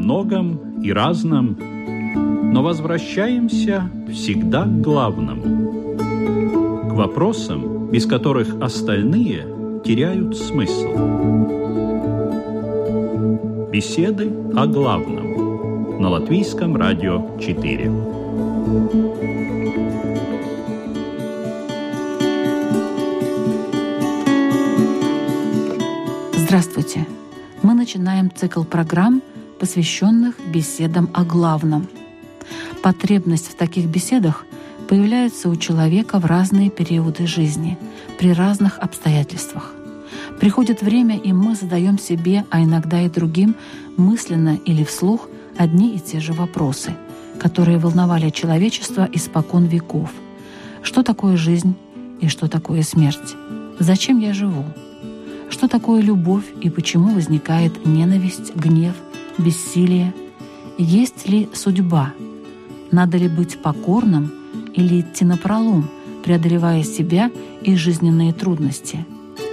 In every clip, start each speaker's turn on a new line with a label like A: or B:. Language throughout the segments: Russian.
A: многом и разном, но возвращаемся всегда к главному, к вопросам, без которых остальные теряют смысл. Беседы о главном на Латвийском радио 4.
B: Здравствуйте! Мы начинаем цикл программ, посвященных беседам о главном. Потребность в таких беседах появляется у человека в разные периоды жизни, при разных обстоятельствах. Приходит время, и мы задаем себе, а иногда и другим, мысленно или вслух, одни и те же вопросы, которые волновали человечество испокон веков. Что такое жизнь и что такое смерть? Зачем я живу? Что такое любовь и почему возникает ненависть, гнев, бессилие? Есть ли судьба? Надо ли быть покорным или идти напролом, преодолевая себя и жизненные трудности?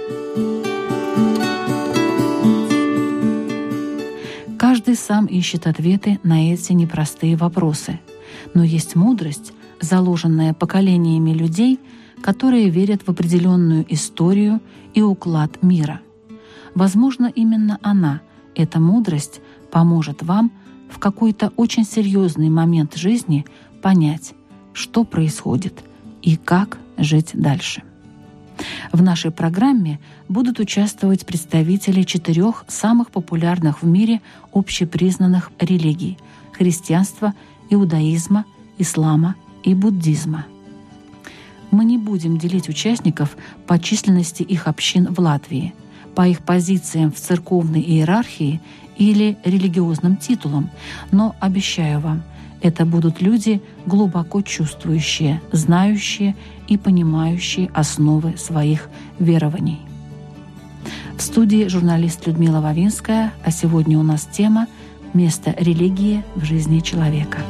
B: Каждый сам ищет ответы на эти непростые вопросы. Но есть мудрость, заложенная поколениями людей, которые верят в определенную историю и уклад мира. Возможно, именно она, эта мудрость, поможет вам в какой-то очень серьезный момент жизни понять, что происходит и как жить дальше. В нашей программе будут участвовать представители 4 самых популярных в мире общепризнанных религий – христианства, иудаизма, ислама и буддизма. Мы не будем делить участников по численности их общин в Латвии, по их позициям в церковной иерархии или религиозным титулам, но обещаю вам, это будут люди, глубоко чувствующие, знающие и понимающие основы своих верований. В студии журналист Людмила Вавинская, а сегодня у нас тема «Место религии в жизни человека».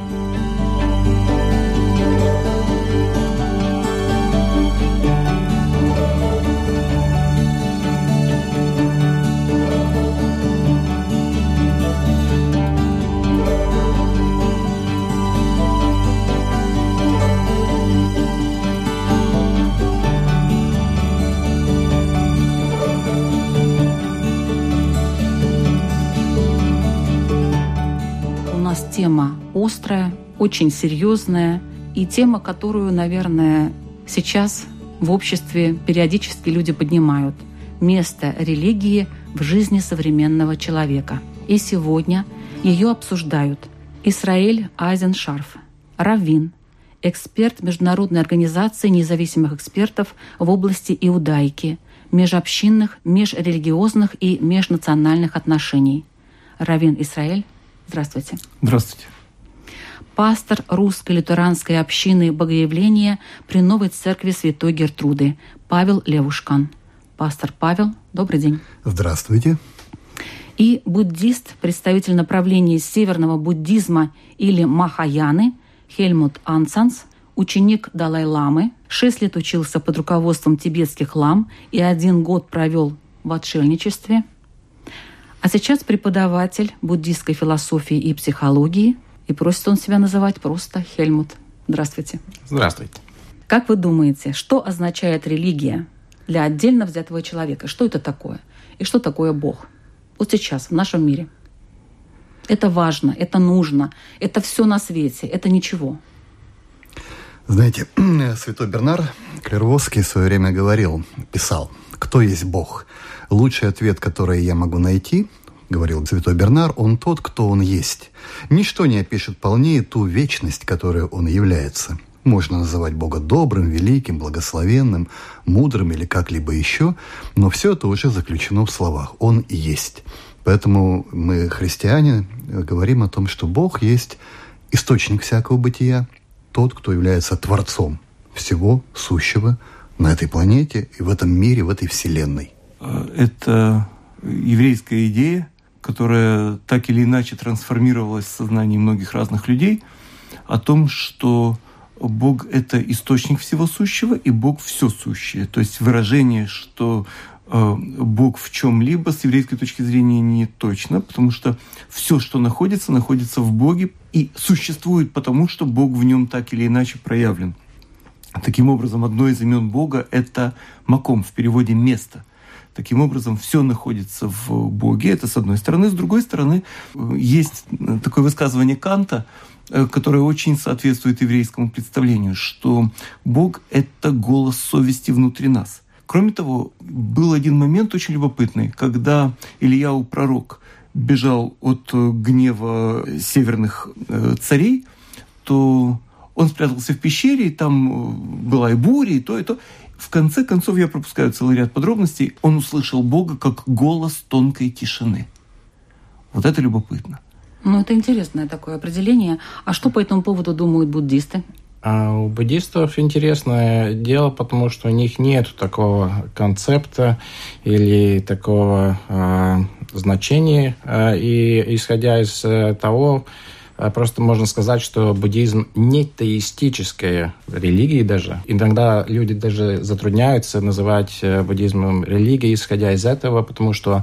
B: Тема острая, очень серьезная и тема, которую, наверное, сейчас в обществе периодически люди поднимают. Место религии в жизни современного человека. И сегодня ее обсуждают Исраэль Айзеншарф, раввин, эксперт Международной организации независимых экспертов в области иудаики, межобщинных, межрелигиозных и межнациональных отношений. Раввин Исраэль, здравствуйте.
C: Здравствуйте.
B: Пастор Русской лютеранской общины Богоявления при Новой Церкви Святой Гертруды Павел Левушкан. Пастор Павел, добрый день.
C: Здравствуйте.
B: И буддист, представитель направления северного буддизма или Махаяны Хельмут Ансанс, ученик Далай-ламы, 6 лет учился под руководством тибетских лам и 1 год провел в отшельничестве. А сейчас преподаватель буддистской философии и психологии, и просит он себя называть просто Хельмут. Здравствуйте.
C: Здравствуйте.
B: Как вы думаете, что означает религия для отдельно взятого человека? Что это такое? И что такое Бог? Вот сейчас, в нашем мире. Это важно, это нужно, это все на свете, это ничего.
C: Знаете, святой Бернар Клервосский в свое время писал, кто есть Бог? Лучший ответ, который я могу найти, говорил святой Бернар, он тот, кто он есть. Ничто не опишет полнее ту вечность, которой он является. Можно называть Бога добрым, великим, благословенным, мудрым или как-либо еще, но все это уже заключено в словах. Он есть. Поэтому мы, христиане, говорим о том, что Бог есть источник всякого бытия, тот, кто является Творцом всего сущего на этой планете и в этом мире, в этой вселенной.
D: Это еврейская идея, которая так или иначе трансформировалась в сознании многих разных людей, о том, что Бог — это источник всего сущего, и Бог — все сущее. То есть выражение, что Бог в чем-либо с еврейской точки зрения не точно, потому что все, что находится в Боге и существует потому, что Бог в нем так или иначе проявлен. Таким образом, одно из имен Бога – это «маком», в переводе «место». Таким образом, все находится в Боге. Это с одной стороны. С другой стороны, есть такое высказывание Канта, которое очень соответствует еврейскому представлению, что Бог – это голос совести внутри нас. Кроме того, был один момент очень любопытный, когда Ильяу, пророк, бежал от гнева северных царей, то он спрятался в пещере, и там была и буря, и то, и то. В конце концов, я пропускаю целый ряд подробностей, он услышал Бога как голос тонкой тишины. Вот это любопытно.
B: Ну, это интересное такое определение. А что по этому поводу думают буддисты?
E: А у буддистов интересное дело, потому что у них нет такого концепта или такого значения. И исходя из того, просто можно сказать, что буддизм не теистическая религия даже. Иногда люди даже затрудняются называть буддизмом религией, исходя из этого, потому что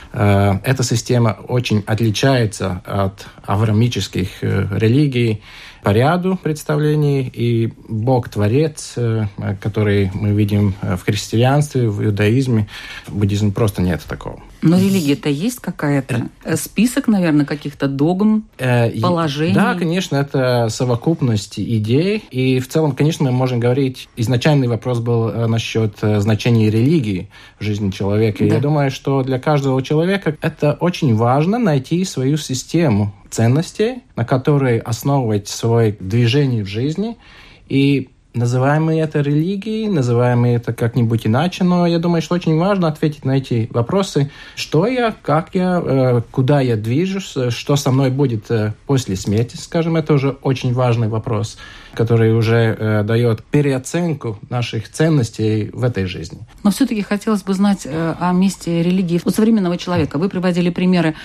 E: эта система очень отличается от авраамических религий по ряду представлений, и Бог-творец, который мы видим в христианстве, в иудаизме, в буддизме просто нет такого.
B: Но религия-то есть какая-то? Список, наверное, каких-то догм, положений?
E: Да, конечно, это совокупность идей. И в целом, конечно, мы можем говорить... Изначальный вопрос был насчет значения религии в жизни человека. Да. Я думаю, что для каждого человека это очень важно найти свою систему ценностей, на которой основывать свое движение в жизни. И называем мы это религией, называем мы это как-нибудь иначе, но я думаю, что очень важно ответить на эти вопросы. Что я, как я, куда я движусь, что со мной будет после смерти, скажем, это уже очень важный вопрос, который уже дает переоценку наших ценностей в этой жизни.
B: Но все-таки хотелось бы знать о месте религии у современного человека. Вы приводили примеры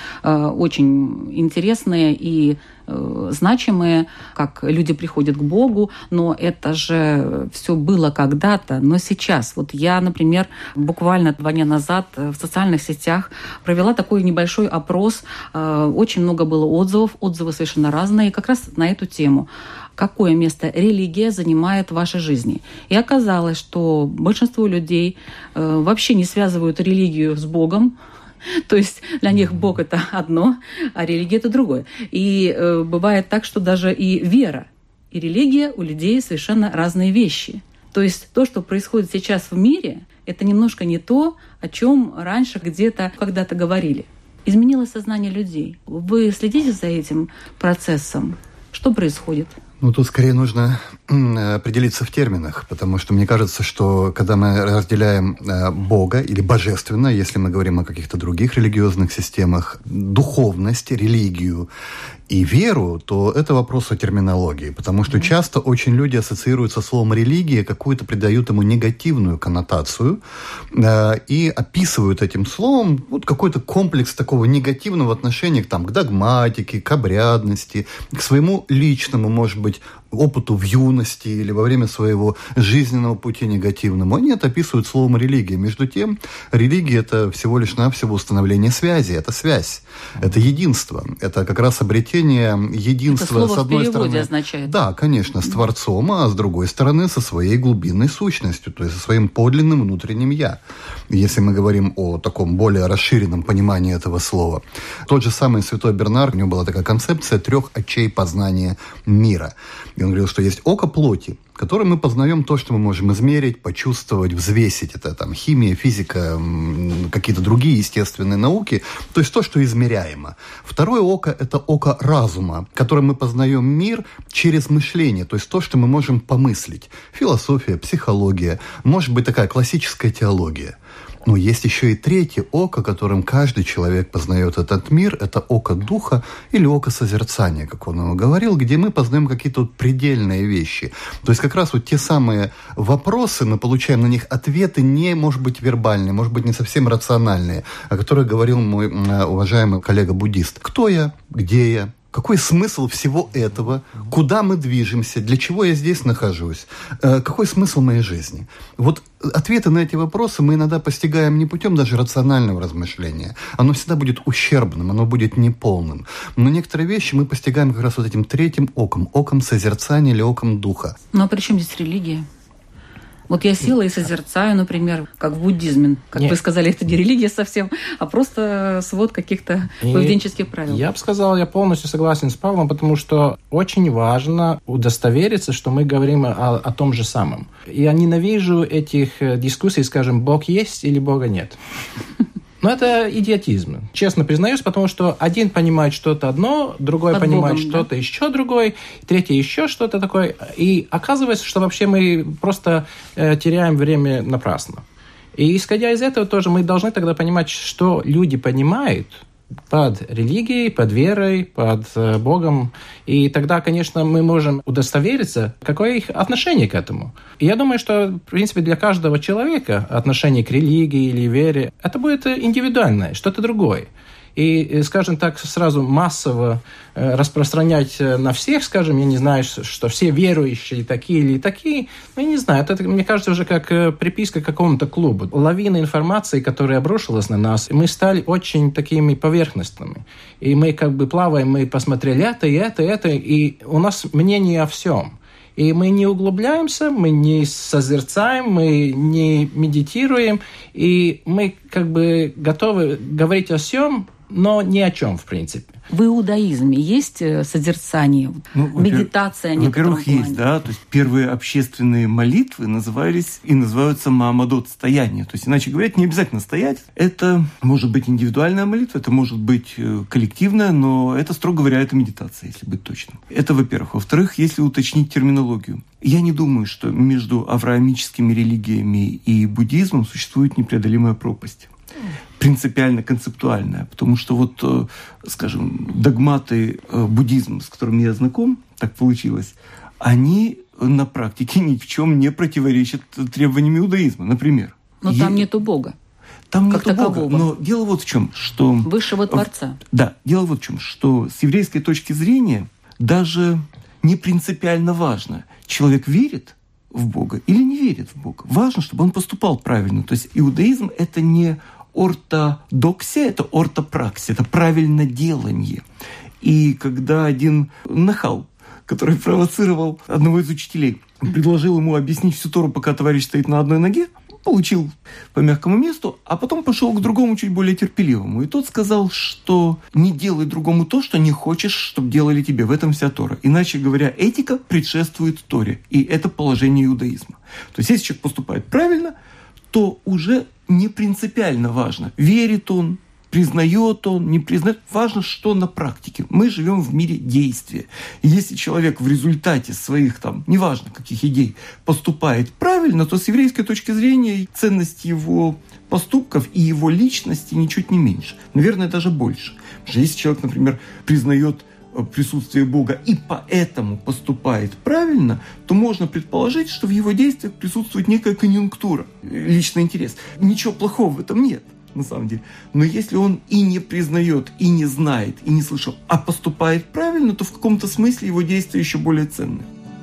B: очень интересные и значимые, как люди приходят к Богу, но это же все было когда-то, но сейчас. Вот я, например, буквально 2 дня назад в социальных сетях провела такой небольшой опрос. Очень много было отзывов, отзывы совершенно разные, как раз на эту тему. Какое место религия занимает в вашей жизни? И оказалось, что большинство людей вообще не связывают религию с Богом. То есть для них Бог – это одно, а религия – это другое. И бывает так, что даже и вера, и религия у людей совершенно разные вещи. То есть то, что происходит сейчас в мире, это немножко не то, о чем раньше где-то когда-то говорили. Изменилось сознание людей. Вы следите за этим процессом? Что происходит?
C: Ну, тут скорее нужно определиться в терминах, потому что мне кажется, что когда мы разделяем Бога или божественное, если мы говорим о каких-то других религиозных системах, духовность, религию и веру, то это вопрос о терминологии, потому что часто очень люди ассоциируют со словом «религия», какую-то придают ему негативную коннотацию и описывают этим словом вот какой-то комплекс такого негативного отношения к догматике, к обрядности, к своему личному, может быть, опыту в юности или во время своего жизненного пути негативному. Они это описывают словом «религия». Между тем, религия – это всего лишь навсего установление связи, это связь, это единство, это как раз обретение единства,
B: с одной стороны, означает.
C: Да, конечно, с Творцом, а с другой стороны, со своей глубинной сущностью, то есть со своим подлинным внутренним «я». Если мы говорим о таком более расширенном понимании этого слова. Тот же самый святой Бернар, у него была такая концепция 3 очей познания мира. И он говорил, что есть око плоти, которым мы познаем то, что мы можем измерить, почувствовать, взвесить. Это химия, физика, какие-то другие естественные науки. То есть то, что измеряемо. Второе око – это око разума, которым мы познаем мир через мышление. То есть то, что мы можем помыслить. Философия, психология, может быть, такая классическая теология. Но есть еще и 3 око, которым каждый человек познает этот мир. Это око духа или око созерцания, как он его говорил, где мы познаем какие-то предельные вещи. То есть как раз вот те самые вопросы, мы получаем на них ответы не, может быть, вербальные, может быть, не совсем рациональные, о которых говорил мой уважаемый коллега-буддист. Кто я? Где я? Какой смысл всего этого? Куда мы движемся? Для чего я здесь нахожусь? Какой смысл моей жизни? Вот ответы на эти вопросы мы иногда постигаем не путем даже рационального размышления. Оно всегда будет ущербным, оно будет неполным. Но некоторые вещи мы постигаем как раз вот этим третьим оком, оком созерцания или оком духа.
B: Ну а при чем здесь религия? Вот я села и созерцаю, например, как в буддизме. Как вы сказали, это не религия совсем, а просто свод каких-то поведенческих правил.
E: Я бы сказал, я полностью согласен с Павлом, потому что очень важно удостовериться, что мы говорим о том же самом. Я ненавижу этих дискуссий, скажем, Бог есть или Бога нет. Но это идиотизм. Честно признаюсь, потому что один понимает что-то одно, другой под понимает Богом, что-то еще другое, третий еще что-то такое. И оказывается, что вообще мы просто теряем время напрасно. И исходя из этого тоже мы должны тогда понимать, что люди понимают под религией, под верой, под Богом. И тогда, конечно, мы можем удостовериться, какое их отношение к этому. И я думаю, что, в принципе, для каждого человека отношение к религии или вере, это будет индивидуальное, что-то другое. И, скажем так, сразу массово распространять на всех, скажем, я не знаю, что все верующие такие или такие, ну, я не знаю, это, мне кажется, уже как приписка к какому-то клубу. Лавина информации, которая обрушилась на нас, мы стали очень такими поверхностными. И мы как бы плаваем, мы посмотрели это, и у нас мнение о всем. И мы не углубляемся, мы не созерцаем, мы не медитируем, и мы как бы готовы говорить о всем, но ни о чем, в принципе.
B: В иудаизме есть созерцание, медитация некоторого
D: Во-первых, есть, да. То есть первые общественные молитвы назывались и называются маамадот, стояние. То есть, иначе говоря, не обязательно стоять. Это может быть индивидуальная молитва, это может быть коллективная, но это, строго говоря, это медитация, если быть точным. Это, во-первых. Во-вторых, если уточнить терминологию. Я не думаю, что между авраамическими религиями и буддизмом существует непреодолимая пропасть. Принципиально концептуальная, потому что вот, скажем, догматы буддизма, с которыми я знаком, так получилось, они на практике ни в чем не противоречат требованиям иудаизма, например.
B: Но там нету Бога.
D: Там нету Бога, но дело вот в чем, что...
B: Высшего Творца.
D: Да, дело вот в чем, что с еврейской точки зрения даже не принципиально важно, человек верит в Бога или не верит в Бога. Важно, чтобы он поступал правильно. То есть иудаизм — это не ортодоксия, это ортопраксия, это правильное делание. И когда один нахал, который провоцировал одного из учителей, предложил ему объяснить всю Тору, пока товарищ стоит на одной ноге, получил по мягкому месту, а потом пошел к другому, чуть более терпеливому. И тот сказал, что не делай другому то, что не хочешь, чтобы делали тебе. В этом вся Тора. Иначе говоря, этика предшествует Торе. И это положение иудаизма. То есть, если человек поступает правильно, то уже не принципиально важно, верит он, признает он, не признает. Важно, что на практике. Мы живем в мире действия. И если человек в результате своих, неважно каких идей, поступает правильно, то с еврейской точки зрения ценность его поступков и его личности ничуть не меньше. Наверное, даже больше. Потому что если человек, например, признает присутствие Бога и поэтому поступает правильно, то можно предположить, что в его действиях присутствует некая конъюнктура, личный интерес. Ничего плохого в этом нет, на самом деле. Но если он и не признает, и не знает, и не слышал, а поступает правильно, то в каком-то смысле его действия еще более ценны.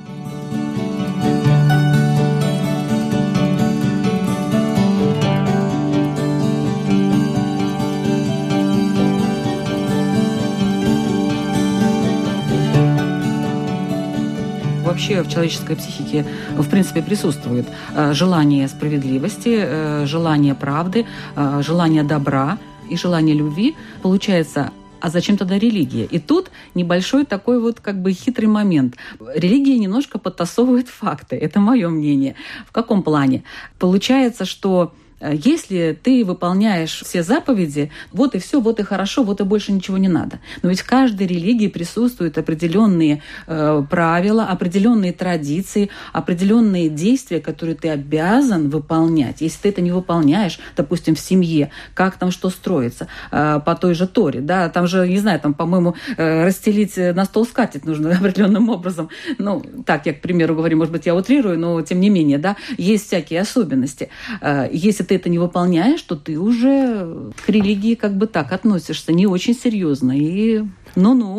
B: Вообще в человеческой психике, в принципе, присутствует желание справедливости, желание правды, желание добра и желание любви. Получается, а зачем тогда религия? И тут небольшой такой вот как бы хитрый момент. Религия немножко подтасовывает факты. Это мое мнение. В каком плане? Получается, что если ты выполняешь все заповеди, вот и все, вот и хорошо, вот и больше ничего не надо. Но ведь в каждой религии присутствуют определенные правила, определенные традиции, определенные действия, которые ты обязан выполнять. Если ты это не выполняешь, допустим, в семье, как там что строится по той же Торе, да, там же, не знаю, там, по-моему, расстелить на стол скатерть нужно определенным образом. Ну, так, я, к примеру, говорю, может быть, я утрирую, но тем не менее, да, есть всякие особенности. Если ты это не выполняешь, то ты уже к религии как бы так относишься, не очень серьезно. И ну-ну.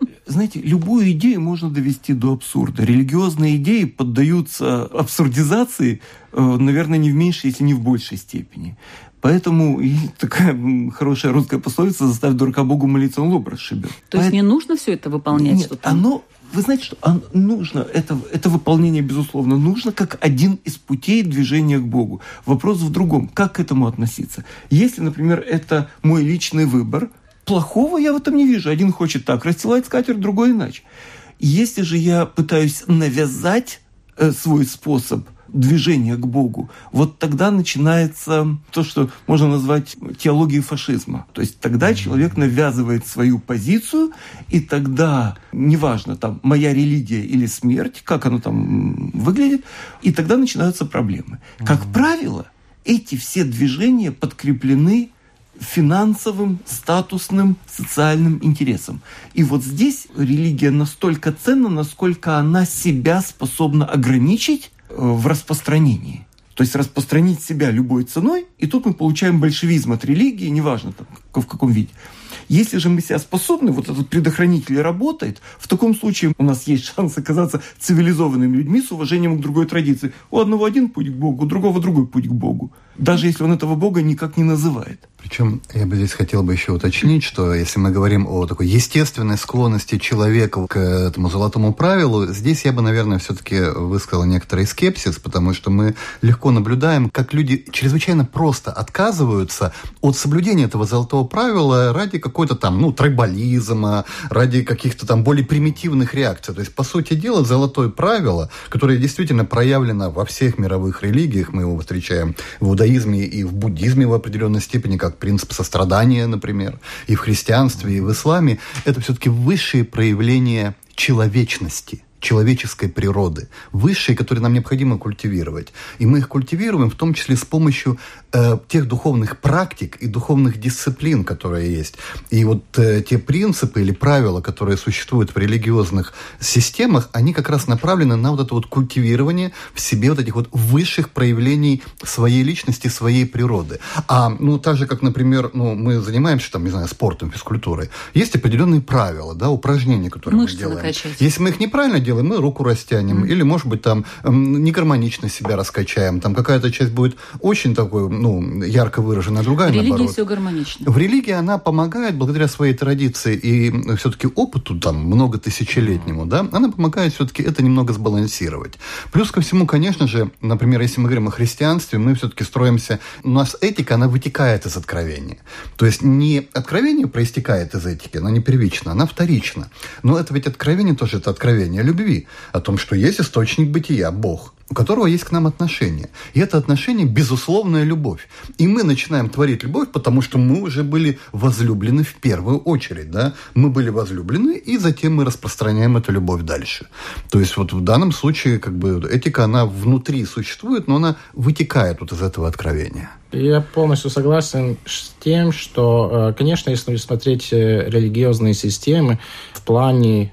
D: Знаете, любую идею можно довести до абсурда. Религиозные идеи поддаются абсурдизации, наверное, не в меньшей, если не в большей степени. Поэтому и такая хорошая русская пословица «заставь дурака Богу молиться, он лоб расшибет».
B: То есть не нужно все это выполнять?
D: Нет, вы знаете, что нужно, это выполнение, безусловно, нужно как один из путей движения к Богу. Вопрос в другом, как к этому относиться. Если, например, это мой личный выбор, плохого я в этом не вижу. Один хочет так расстилать скатерть, другой иначе. Если же я пытаюсь навязать свой способ движения к Богу, вот тогда начинается то, что можно назвать теологией фашизма. То есть тогда человек навязывает свою позицию, и тогда, неважно, там, моя религия или смерть, как оно там выглядит, и тогда начинаются проблемы. Как правило, эти все движения подкреплены финансовым, статусным, социальным интересом. И вот здесь религия настолько ценна, насколько она себя способна ограничить в распространении. То есть распространить себя любой ценой, и тут мы получаем большевизм от религии, неважно там, в каком виде. Если же мы себя способны, вот этот предохранитель работает, в таком случае у нас есть шанс оказаться цивилизованными людьми с уважением к другой традиции. У одного один путь к Богу, у другого другой путь к Богу. Даже если он этого Бога никак не называет.
C: Причем я бы здесь хотел бы еще уточнить, что если мы говорим о такой естественной склонности человека к этому золотому правилу, здесь я бы, наверное, все-таки высказал некоторый скепсис, потому что мы легко наблюдаем, как люди чрезвычайно просто отказываются от соблюдения этого золотого правила ради какой-то там, трайбализма, ради каких-то там более примитивных реакций. То есть, по сути дела, золотое правило, которое действительно проявлено во всех мировых религиях, мы его встречаем в иудаизме и в буддизме в определенной степени, как принцип сострадания, например, и в христианстве, и в исламе, это все-таки высшие проявления человечности, человеческой природы, высшие, которые нам необходимо культивировать. И мы их культивируем в том числе с помощью тех духовных практик и духовных дисциплин, которые есть. И вот те принципы или правила, которые существуют в религиозных системах, они как раз направлены на вот это вот культивирование в себе вот этих вот высших проявлений своей личности, своей природы. Так же, как, например, мы занимаемся там, не знаю, спортом, физкультурой, есть определенные правила, да, упражнения, которые мы делаем.
B: Накачать.
C: Если мы их неправильно делаем, мы руку растянем, или, может быть, там негармонично себя раскачаем, там какая-то часть будет очень такой, ярко выраженная, а другая, наоборот. В
B: религии все гармонично.
C: В религии она помогает, благодаря своей традиции и все-таки опыту там многотысячелетнему, да, она помогает все-таки это немного сбалансировать. Плюс ко всему, конечно же, например, если мы говорим о христианстве, мы все-таки строимся, у нас этика, она вытекает из откровения. То есть не откровение проистекает из этики, она не первична, она вторична. Но это ведь откровение тоже, это откровение любви, о том, что есть источник бытия, Бог, у которого есть к нам отношения. И это отношение – безусловная любовь. И мы начинаем творить любовь, потому что мы уже были возлюблены в первую очередь. Да? Мы были возлюблены, и затем мы распространяем эту любовь дальше. То есть вот в данном случае этика, она внутри существует, но она вытекает вот из этого откровения.
E: Я полностью согласен с тем, что, конечно, если смотреть религиозные системы в плане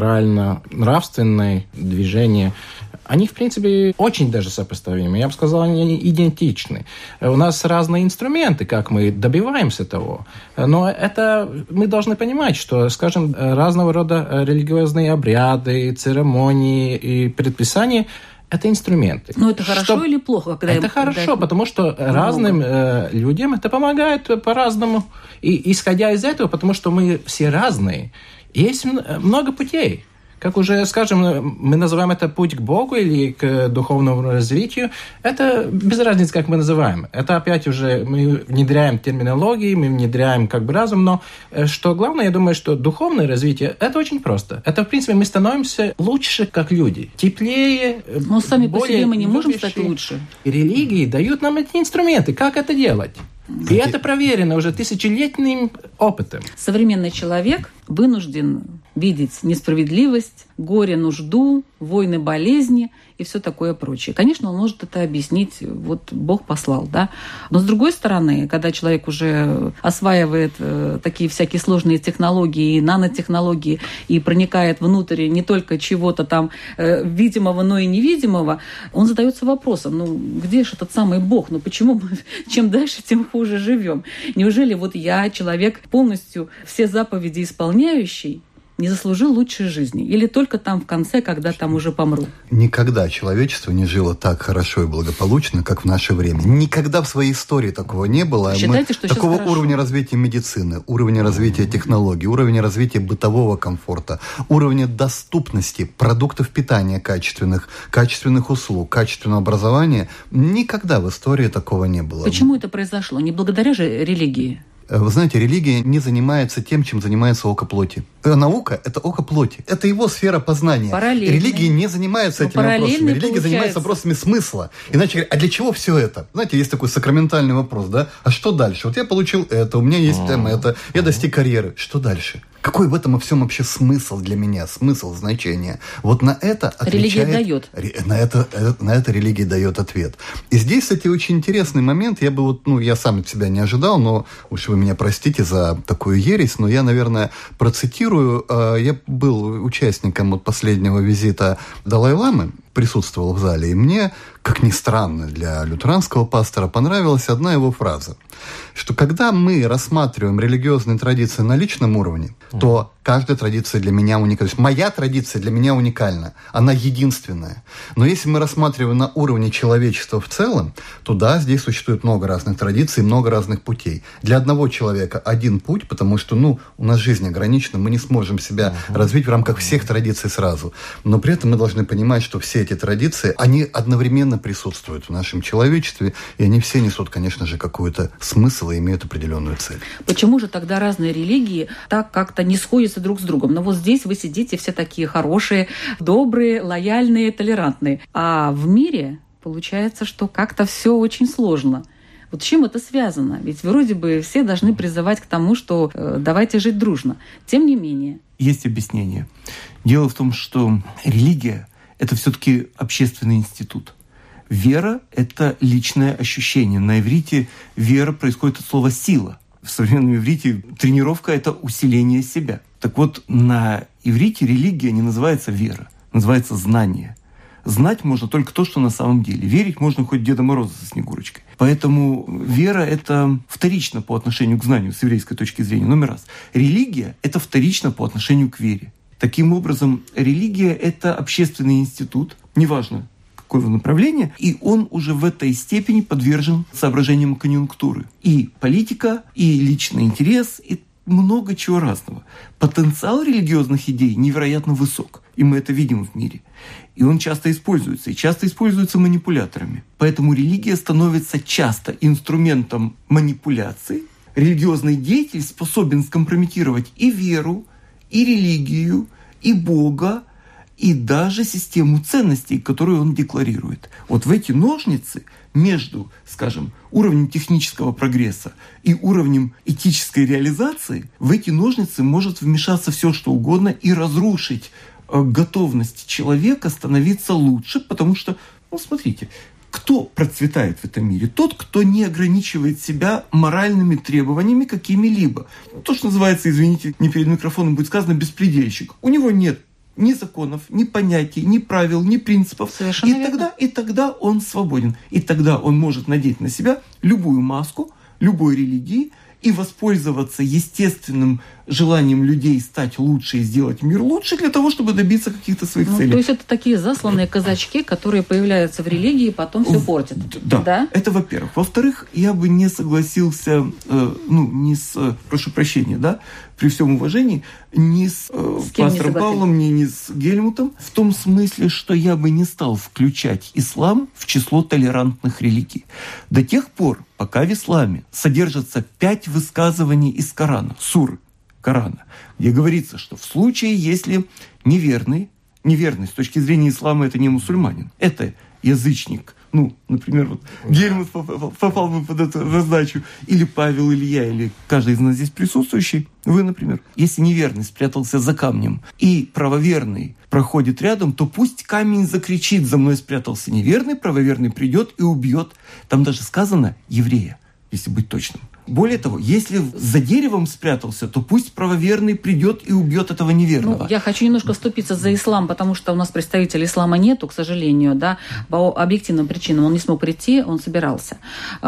E: морально-нравственной движения, они, в принципе, очень даже сопоставимы. Я бы сказал, они идентичны. У нас разные инструменты, как мы добиваемся того. Но это мы должны понимать, что, скажем, разного рода религиозные обряды, церемонии и предписания – это инструменты.
B: Но это хорошо или плохо?
E: Это хорошо, потому что разным людям это помогает по-разному. И исходя из этого, потому что мы все разные, есть много путей. Как уже, скажем, мы называем это путь к Богу или к духовному развитию, это без разницы, как мы называем. Это опять уже мы внедряем терминологии, мы внедряем разум, но что главное, я думаю, что духовное развитие, это очень просто. Это, в принципе, мы становимся лучше как люди, теплее,
B: но сами по себе мы не можем стать лучше.
E: И религии дают нам эти инструменты, как это делать. И это проверено уже тысячелетним опытом.
B: Современный человек вынужден видеть несправедливость, горе, нужду, войны, болезни и все такое прочее. Конечно, он может это объяснить, вот Бог послал, да. Но с другой стороны, когда человек уже осваивает такие всякие сложные технологии, нанотехнологии и проникает внутрь не только чего-то там видимого, но и невидимого, он задается вопросом, где же этот самый Бог? Почему мы чем дальше, тем хуже живем? Неужели вот я, человек полностью все заповеди исполняющий, не заслужил лучшей жизни? Или только там в конце, когда там уже помру?
C: Никогда человечество не жило так хорошо и благополучно, как в наше время. Никогда в своей истории такого не было.
B: Считаете, что
C: такого уровня развития медицины, уровня развития технологий, уровня развития бытового комфорта, уровня доступности продуктов питания качественных услуг, качественного образования. Никогда в истории такого не было.
B: Почему это произошло? Не благодаря же религии?
C: Вы знаете, религия не занимается тем, чем занимается око плоти. Наука – это око плоти. Это его сфера познания.
B: Параллельно.
C: Религия не занимается этими вопросами. Религия занимается вопросами смысла. Иначе говоря, а для чего все это? Знаете, есть такой сакраментальный вопрос, да? А что дальше? Вот я получил это, у меня есть это, я достиг карьеры. Что дальше? Какой в этом во всем вообще смысл для меня? Смысл, значение? Вот на это отвечает...
B: Религия дает.
C: На это религия дает ответ. И здесь, кстати, очень интересный момент. Я сам от себя не ожидал, но уж вы меня простите за такую ересь, но я, наверное, процитирую. Я был участником последнего визита Далай-ламы, присутствовал в зале, и мне, как ни странно для лютеранского пастора, понравилась одна его фраза, что когда мы рассматриваем религиозные традиции на личном уровне, то каждая традиция для меня уникальна. Моя традиция для меня уникальна. Она единственная. Но если мы рассматриваем на уровне человечества в целом, то да, здесь существует много разных традиций, много разных путей. Для одного человека один путь, потому что, у нас жизнь ограничена, мы не сможем себя развить в рамках всех традиций сразу. Но при этом мы должны понимать, что все эти традиции, они одновременно присутствуют в нашем человечестве, и они все несут, конечно же, какой-то смысл и имеют определенную цель.
B: Почему же тогда разные религии так как-то не сходятся друг с другом? Но вот здесь вы сидите все такие хорошие, добрые, лояльные, толерантные. А в мире получается, что как-то все очень сложно. Вот с чем это связано? Ведь вроде бы все должны призывать к тому, что давайте жить дружно. Тем не менее.
D: Есть объяснение. Дело в том, что религия – это все-таки общественный институт. Вера – это личное ощущение. На иврите вера происходит от слова «сила». В современном иврите тренировка – это усиление себя. Так вот, на иврите религия не называется вера, называется знание. Знать можно только то, что на самом деле. Верить можно хоть Деда Мороза со Снегурочкой. Поэтому вера – это вторично по отношению к знанию с еврейской точки зрения. Номер раз. Религия – это вторично по отношению к вере. Таким образом, религия – это общественный институт, неважно, какого направления, и он уже в этой степени подвержен соображениям конъюнктуры. И политика, и личный интерес, и много чего разного. Потенциал религиозных идей невероятно высок, и мы это видим в мире. И он часто используется, и часто используется манипуляторами. Поэтому религия становится часто инструментом манипуляции. Религиозный деятель способен скомпрометировать и веру, и религию, и Бога, и даже систему ценностей, которую он декларирует. Вот в эти ножницы между, скажем, уровнем технического прогресса и уровнем этической реализации, в эти ножницы может вмешаться все, что угодно, и разрушить готовность человека становиться лучше, потому что, смотрите, кто процветает в этом мире? Тот, кто не ограничивает себя моральными требованиями какими-либо. То, что называется, извините, не перед микрофоном будет сказано, беспредельщик. У него нет ни законов, ни понятий, ни правил, ни принципов. И тогда он свободен. И тогда он может надеть на себя любую маску, любой религии и воспользоваться естественным желанием людей стать лучше и сделать мир лучше для того, чтобы добиться каких-то своих целей.
B: То есть это такие засланные казачки, которые появляются в религии и потом все портят.
D: Да, это во-первых. Во-вторых, я бы не согласился, прошу прощения, да, при всем уважении, ни с пастором Павлом, ни с Гельмутом, в том смысле, что я бы не стал включать ислам в число толерантных религий. До тех пор, пока в исламе содержатся 5 высказываний из Корана, сур Корана, где говорится, что в случае, если неверный с точки зрения ислама это не мусульманин, это язычник, например, Гельмут попал бы под эту раздачу, или Павел, или я, или каждый из нас здесь присутствующий, вы, например. Если неверный спрятался за камнем, и правоверный проходит рядом, то пусть камень закричит: «За мной спрятался неверный», правоверный придет и убьет. Там даже сказано еврея, если быть точным. Более того, если за деревом спрятался, то пусть правоверный придет и убьет этого неверного.
B: Ну, я хочу немножко вступиться за ислам, потому что у нас представителей ислама нету, к сожалению, да, по объективным причинам. Он не смог прийти, он собирался.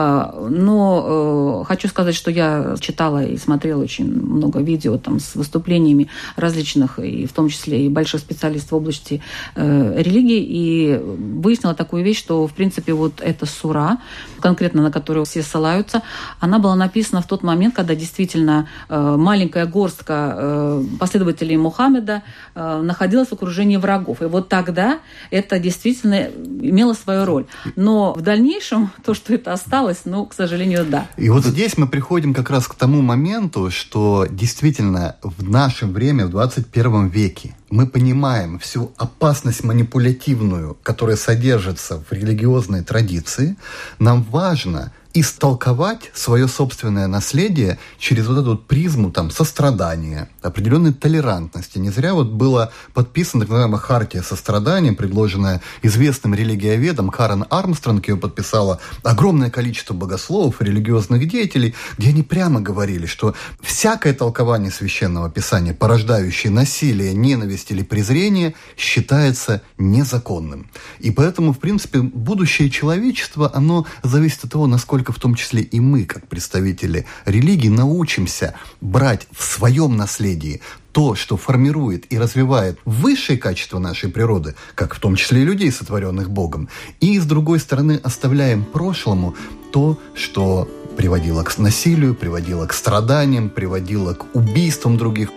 B: Но хочу сказать, что я читала и смотрела очень много видео там, с выступлениями различных, и в том числе и больших специалистов в области религии, и выяснила такую вещь, что, в принципе, вот эта сура, конкретно на которую все ссылаются, она была написана в тот момент, когда действительно маленькая горстка последователей Мухаммеда находилась в окружении врагов. И вот тогда это действительно имело свою роль. Но в дальнейшем то, что это осталось, ну, к сожалению, да.
C: И вот здесь мы приходим как раз к тому моменту, что действительно в наше время, в 21 веке, мы понимаем всю опасность манипулятивную, которая содержится в религиозной традиции. Нам важно истолковать свое собственное наследие через вот эту вот призму там, сострадания, определенной толерантности. Не зря вот была подписана так называемая хартия сострадания, предложенная известным религиоведом Карен Армстронг. Ее подписало огромное количество богословов, религиозных деятелей, где они прямо говорили, что всякое толкование Священного Писания, порождающее насилие, ненависть или презрение, считается незаконным. И поэтому, в принципе, будущее человечества, оно зависит от того, насколько в том числе и мы, как представители религии, научимся брать в своем наследии то, что формирует и развивает высшие качества нашей природы, как в том числе и людей, сотворенных Богом, и, с другой стороны, оставляем прошлому то, что приводило к насилию, приводило к страданиям, приводило к убийствам других.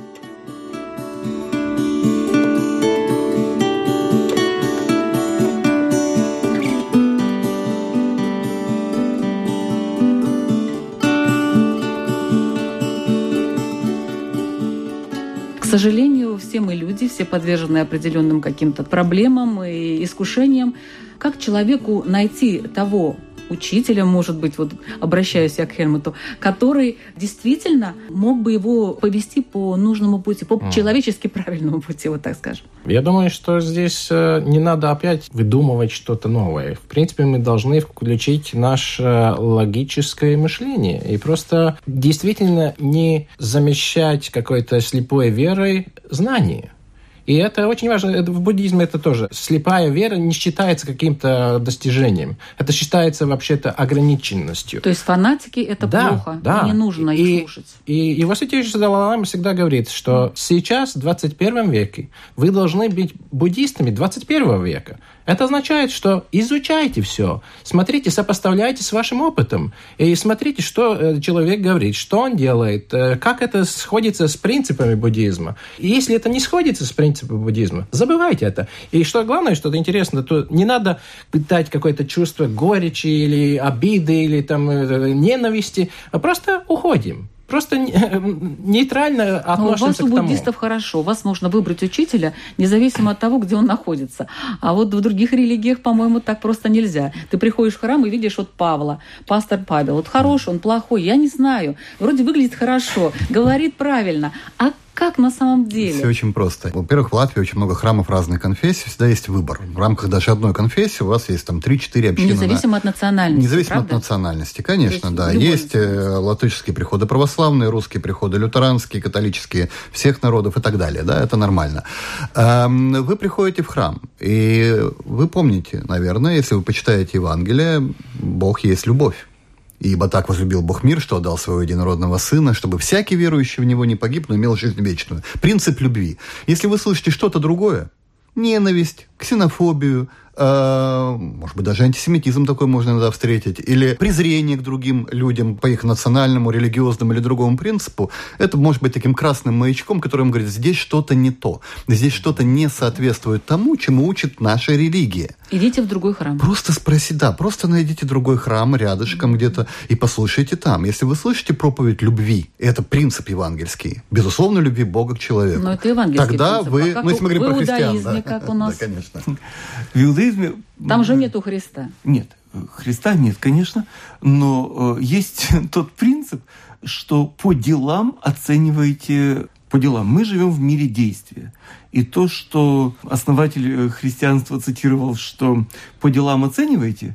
B: К сожалению, все мы люди, все подвержены определенным каким-то проблемам и искушениям. Как человеку найти того учителя, может быть, вот обращаюсь я к Хельмуту, который действительно мог бы его повести по нужному пути, по человечески правильному пути, вот так скажем?
E: Я думаю, что здесь не надо опять выдумывать что-то новое. В принципе, мы должны включить наше логическое мышление и просто действительно не замещать какой-то слепой верой знание. И это очень важно. Это в буддизме это тоже. Слепая вера не считается каким-то достижением. Это считается вообще-то ограниченностью.
B: То есть фанатики – это плохо. Да. Не нужно их слушать.
E: И Его Святейшество Далай-Лама всегда говорит, что сейчас, в 21 веке, вы должны быть буддистами 21 века. Это означает, что изучайте все. Смотрите, сопоставляйте с вашим опытом. И смотрите, что человек говорит, что он делает, как это сходится с принципами буддизма. И если это не сходится с принципами буддизма, забывайте это. И что главное, что-то интересно, то не надо питать какое-то чувство горечи или обиды, или там ненависти, а просто уходим. Просто нейтрально относимся к тому.
B: У вас у буддистов хорошо. У вас можно выбрать учителя, независимо от того, где он находится. А вот в других религиях, по-моему, так просто нельзя. Ты приходишь в храм и видишь вот Павла, пастор Павел. Вот хороший, он плохой, я не знаю. Вроде выглядит хорошо, говорит правильно. А как на самом деле?
C: Все очень просто. Во-первых, в Латвии очень много храмов разных конфессий, всегда есть выбор. В рамках даже одной конфессии у вас есть там 3-4 общины.
B: Независимо от национальности,
C: Независимо
B: правда?
C: от национальности, конечно, да. Есть латышские приходы православные, русские приходы лютеранские, католические, всех народов и так далее, да, это нормально. Вы приходите в храм, и вы помните, наверное, если вы почитаете Евангелие, Бог есть любовь. Ибо так возлюбил Бог мир, что отдал своего единородного Сына, чтобы всякий верующий в Него не погиб, но имел жизнь вечную. Принцип любви. Если вы слышите что-то другое, ненависть, ксенофобию, может быть, даже антисемитизм такой можно иногда встретить, или презрение к другим людям по их национальному, религиозному или другому принципу, это может быть таким красным маячком, которым говорит, здесь что-то не то, здесь что-то не соответствует тому, чему учит наша религия.
B: Идите в другой храм.
C: Просто спроси, да, просто найдите другой храм рядышком где-то и послушайте там. Если вы слышите проповедь любви, это принцип евангельский, безусловно, любви Бога к человеку.
B: Но это евангельский
C: тогда
B: принцип.
C: Вы,
B: как
C: если мы говорим про христиан,
B: да. Как у нас.
C: Да, конечно.
D: В иудаизме...
B: Там же нету Христа.
D: Нет, Христа нет, конечно, но есть тот принцип, что по делам оцениваете... По делам. Мы живем в мире действия. И то, что основатель христианства цитировал, что по делам оцениваете,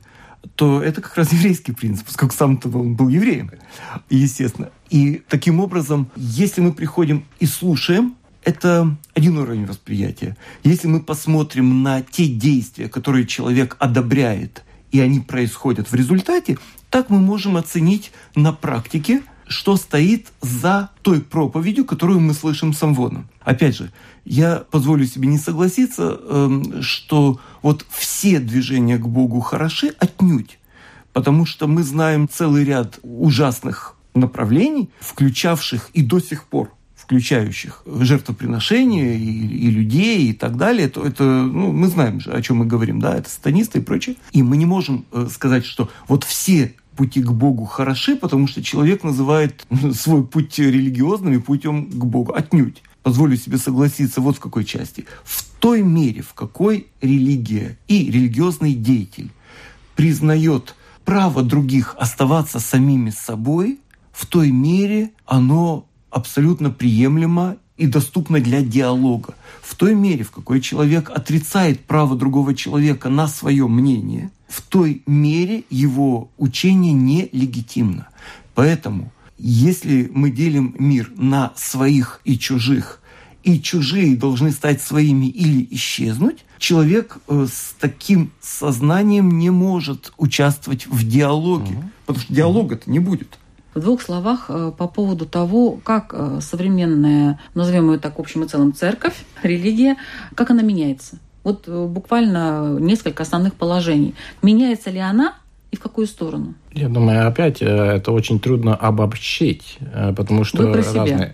D: то это как раз еврейский принцип, поскольку сам-то он был евреем, естественно. И таким образом, если мы приходим и слушаем, это один уровень восприятия. Если мы посмотрим на те действия, которые человек одобряет, и они происходят в результате, так мы можем оценить на практике, что стоит за той проповедью, которую мы слышим с амвоном. Опять же, я позволю себе не согласиться, что вот все движения к Богу хороши отнюдь, потому что мы знаем целый ряд ужасных направлений, включавших и до сих пор включающих жертвоприношения и людей и так далее, то это, мы знаем же, о чем мы говорим, да, это сатанисты и прочее. И мы не можем сказать, что вот все пути к Богу хороши, потому что человек называет свой путь религиозным и путем к Богу. Отнюдь. Позволю себе согласиться вот в какой части. В той мере, в какой религия и религиозный деятель признает право других оставаться самими собой, в той мере оно абсолютно приемлемо и доступно для диалога. В той мере, в какой человек отрицает право другого человека на свое мнение, в той мере его учение нелегитимно. Поэтому, если мы делим мир на своих и чужие должны стать своими или исчезнуть, человек с таким сознанием не может участвовать в диалоге, потому что диалога-то не будет.
B: В двух словах по поводу того, как современная, назовем ее так в общем и целом, церковь, религия, как она меняется. Вот буквально несколько основных положений. Меняется ли она и в какую сторону?
E: Я думаю, опять это очень трудно обобщить, потому что...
B: Вы про себя.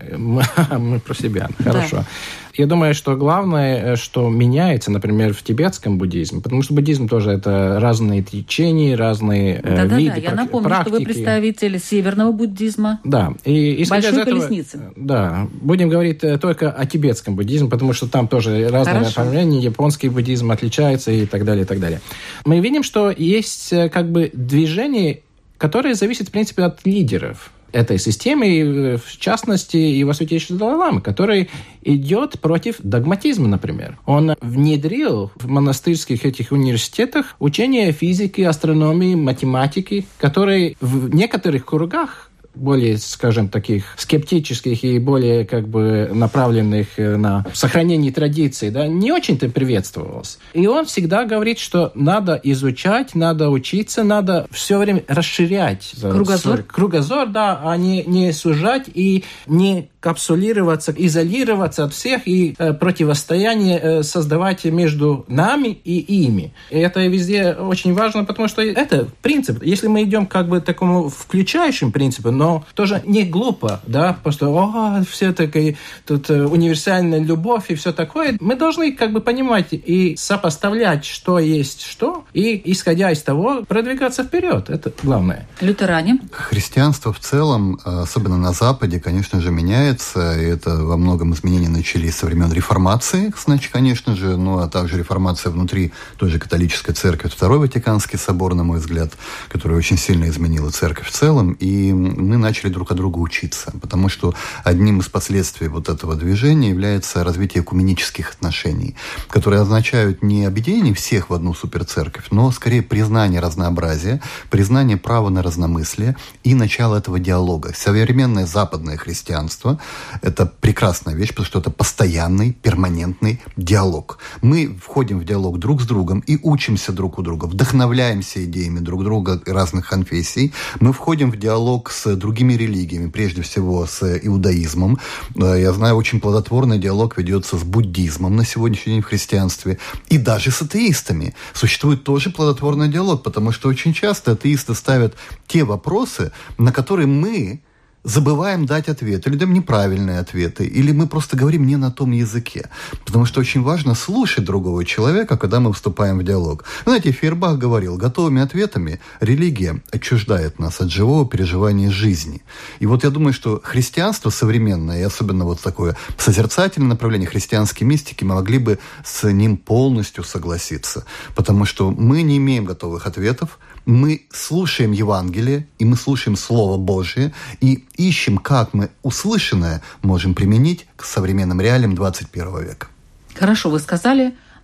E: Мы про себя, хорошо.
B: Да.
E: Я думаю, что главное, что меняется, например, в тибетском буддизме, потому что буддизм тоже это разные течения, разные виды
B: я напомню,
E: практики.
B: что вы представитель северного буддизма.
E: Да. И
B: Большой колесницы.
E: Да. Будем говорить только о тибетском буддизме, потому что там тоже разные направления, японский буддизм отличается и так далее, и так далее. Мы видим, что есть как бы движение, которое зависит, в принципе, от лидеров этой системы, и в частности, его святейший Далай-лама, который идет против догматизма, например. Он внедрил в монастырских этих университетах учение физики, астрономии, математики, которые в некоторых кругах более, скажем, таких скептических и более как бы направленных на сохранение традиций, да, не очень-то приветствовалось. И он всегда говорит, что надо изучать, надо учиться, надо все время расширять кругозор, да, а не сужать и не капсулироваться, изолироваться от всех и противостояние создавать между нами и ими. И это везде очень важно, потому что это принцип. Если мы идем как бы такому включающему принципу, но тоже не глупо, да, просто все такие тут универсальная любовь и все такое. Мы должны как бы понимать и сопоставлять, что есть что, и исходя из того продвигаться вперед. Это главное.
B: Лютеране.
C: Христианство в целом, особенно на Западе, конечно же, меняется. И это во многом изменения начались со времен реформации, значит, конечно же, а также реформация внутри той же католической церкви, Второй Ватиканский собор, на мой взгляд, который очень сильно изменила церковь в целом, и мы начали друг от друга учиться, потому что одним из последствий вот этого движения является развитие экуменических отношений, которые означают не объединение всех в одну суперцерковь, но скорее признание разнообразия, признание права на разномыслие и начало этого диалога. Современное западное христианство — это прекрасная вещь, потому что это постоянный, перманентный диалог. Мы входим в диалог друг с другом и учимся друг у друга, вдохновляемся идеями друг друга разных конфессий. Мы входим в диалог с другими религиями, прежде всего с иудаизмом. Я знаю, очень плодотворный диалог ведется с буддизмом на сегодняшний день в христианстве. И даже с атеистами существует тоже плодотворный диалог, потому что очень часто атеисты ставят те вопросы, на которые мы забываем дать ответ, или даем неправильные ответы, или мы просто говорим не на том языке. Потому что очень важно слушать другого человека, когда мы вступаем в диалог. Знаете, Фейербах говорил, готовыми ответами религия отчуждает нас от живого переживания жизни. И вот я думаю, что христианство современное, и особенно вот такое созерцательное направление христианской мистики, мы могли бы с ним полностью согласиться. Потому что мы не имеем готовых ответов, мы слушаем Евангелие, и мы слушаем Слово Божие, и ищем, как мы услышанное можем применить к современным реалиям 21 века.
B: Хорошо, вы сказали,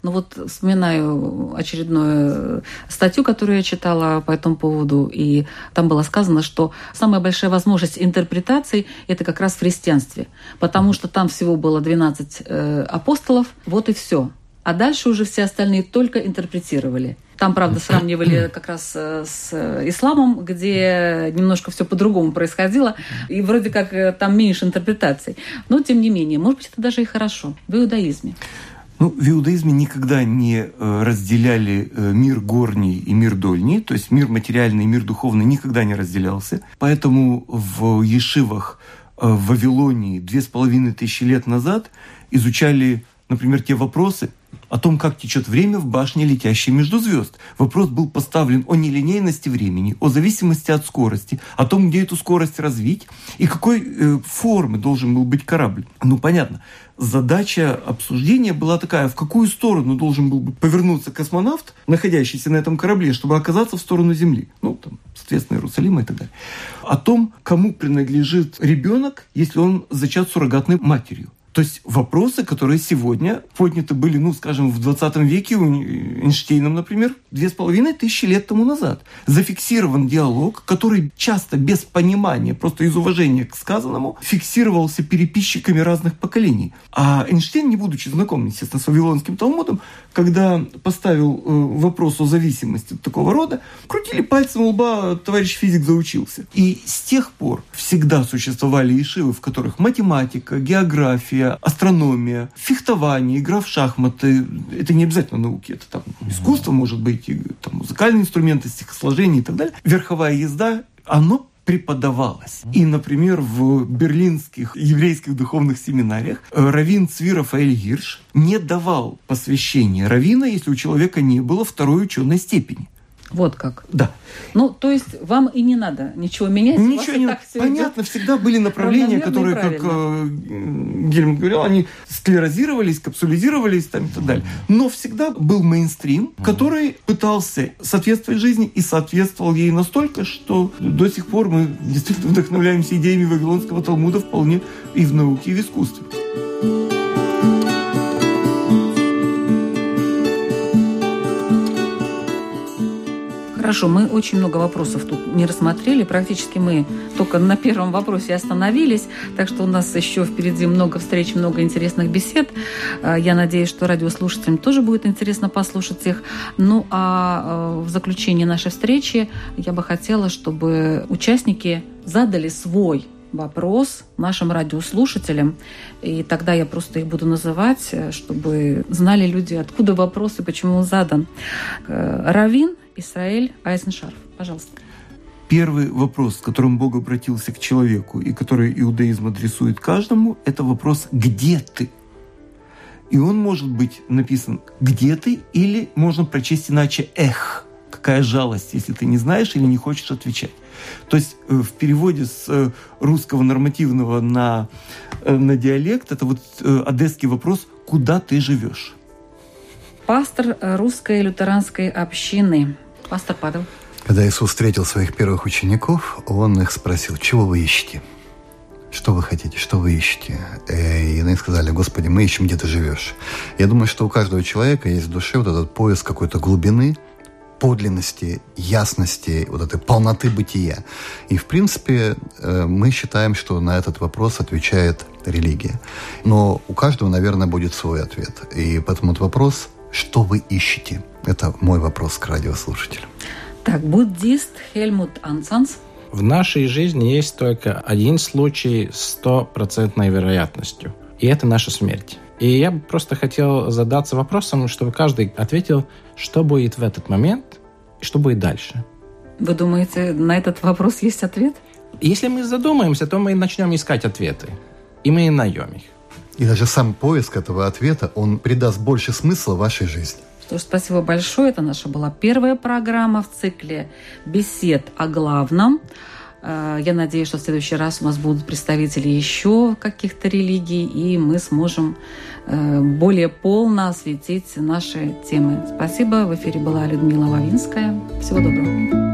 B: Но вот вспоминаю очередную статью, которую я читала по этому поводу, и там было сказано, что самая большая возможность интерпретации – это как раз в христианстве, потому что там всего было 12 апостолов, вот и все. А дальше уже все остальные только интерпретировали. Там, правда, сравнивали как раз с исламом, где немножко все по-другому происходило, и вроде как там меньше интерпретаций. Но, тем не менее, может быть, это даже и хорошо в иудаизме.
D: В иудаизме никогда не разделяли мир горний и мир дольний, то есть мир материальный и мир духовный никогда не разделялся. Поэтому в ешивах в Вавилонии 2500 лет назад изучали, например, те вопросы о том, как течет время в башне, летящей между звезд. Вопрос был поставлен о нелинейности времени, о зависимости от скорости, о том, где эту скорость развить и какой формы должен был быть корабль. Понятно. Задача обсуждения была такая, в какую сторону должен был повернуться космонавт, находящийся на этом корабле, чтобы оказаться в сторону Земли. Соответственно, Иерусалима и так далее. О том, кому принадлежит ребенок, если он зачат суррогатной матерью. То есть вопросы, которые сегодня подняты были, в 20 веке у Эйнштейном, например, 2500 лет тому назад. Зафиксирован диалог, который часто без понимания, просто из уважения к сказанному, фиксировался переписчиками разных поколений. А Эйнштейн, не будучи знаком, естественно, с Вавилонским Талмудом, когда поставил вопрос о зависимости такого рода, крутили пальцем у лба, товарищ физик заучился. И с тех пор всегда существовали ешивы, в которых математика, география, астрономия, фехтование, игра в шахматы. Это не обязательно науки, это там искусство, может быть, и, там, музыкальные инструменты, стихосложение и так далее. Верховая езда, оно преподавалось. И, например, в берлинских еврейских духовных семинариях раввин Цви Рафаэль Гирш не давал посвящения раввина, если у человека не было второй ученой степени.
B: Вот как.
D: Да.
B: То есть вам и не надо ничего менять?
D: Ничего не надо. Понятно, всегда были направления, которые, как Гельмут говорил, они склерозировались, капсулизировались и так далее. Но всегда был мейнстрим, который пытался соответствовать жизни и соответствовал ей настолько, что до сих пор мы действительно вдохновляемся идеями Вавилонского Талмуда вполне и в науке, и в искусстве.
B: Хорошо, мы очень много вопросов тут не рассмотрели. Практически мы только на первом вопросе остановились. Так что у нас еще впереди много встреч, много интересных бесед. Я надеюсь, что радиослушателям тоже будет интересно послушать их. А в заключение нашей встречи я бы хотела, чтобы участники задали свой вопрос нашим радиослушателям. И тогда я просто их буду называть, чтобы знали люди, откуда вопрос и почему он задан. Раввин Исраэль Айзеншарф, пожалуйста.
D: Первый вопрос, с которым Бог обратился к человеку и который иудаизм адресует каждому, это вопрос «Где ты?». И он может быть написан «Где ты?» или можно прочесть иначе «Эх». Какая жалость, если ты не знаешь или не хочешь отвечать. То есть в переводе с русского нормативного на диалект это одесский вопрос «Куда ты живешь?».
B: Пастор русской лютеранской общины. Пастор Павел.
C: Когда Иисус встретил своих первых учеников, Он их спросил: чего вы ищете? Что вы хотите? Что вы ищете? И они сказали: Господи, мы ищем, где ты живешь. Я думаю, что у каждого человека есть в душе этот поиск какой-то глубины, подлинности, ясности, этой полноты бытия. И, в принципе, мы считаем, что на этот вопрос отвечает религия. Но у каждого, наверное, будет свой ответ. И поэтому этот вопрос: что вы ищете? Это мой вопрос к радиослушателям.
B: Так, буддист Хельмут Ансанс.
E: В нашей жизни есть только один случай с 100% вероятностью. И это наша смерть. И я бы просто хотел задаться вопросом, чтобы каждый ответил, что будет в этот момент и что будет дальше.
B: Вы думаете, на этот вопрос есть ответ?
E: Если мы задумаемся, то мы начнем искать ответы. И мы найдем их.
C: И даже сам поиск этого ответа, он придаст больше смысла вашей жизни.
B: Что ж, спасибо большое. Это наша была первая программа в цикле «Бесед о главном». Я надеюсь, что в следующий раз у нас будут представители еще каких-то религий, и мы сможем более полно осветить наши темы. Спасибо. В эфире была Людмила Вавинская. Всего доброго.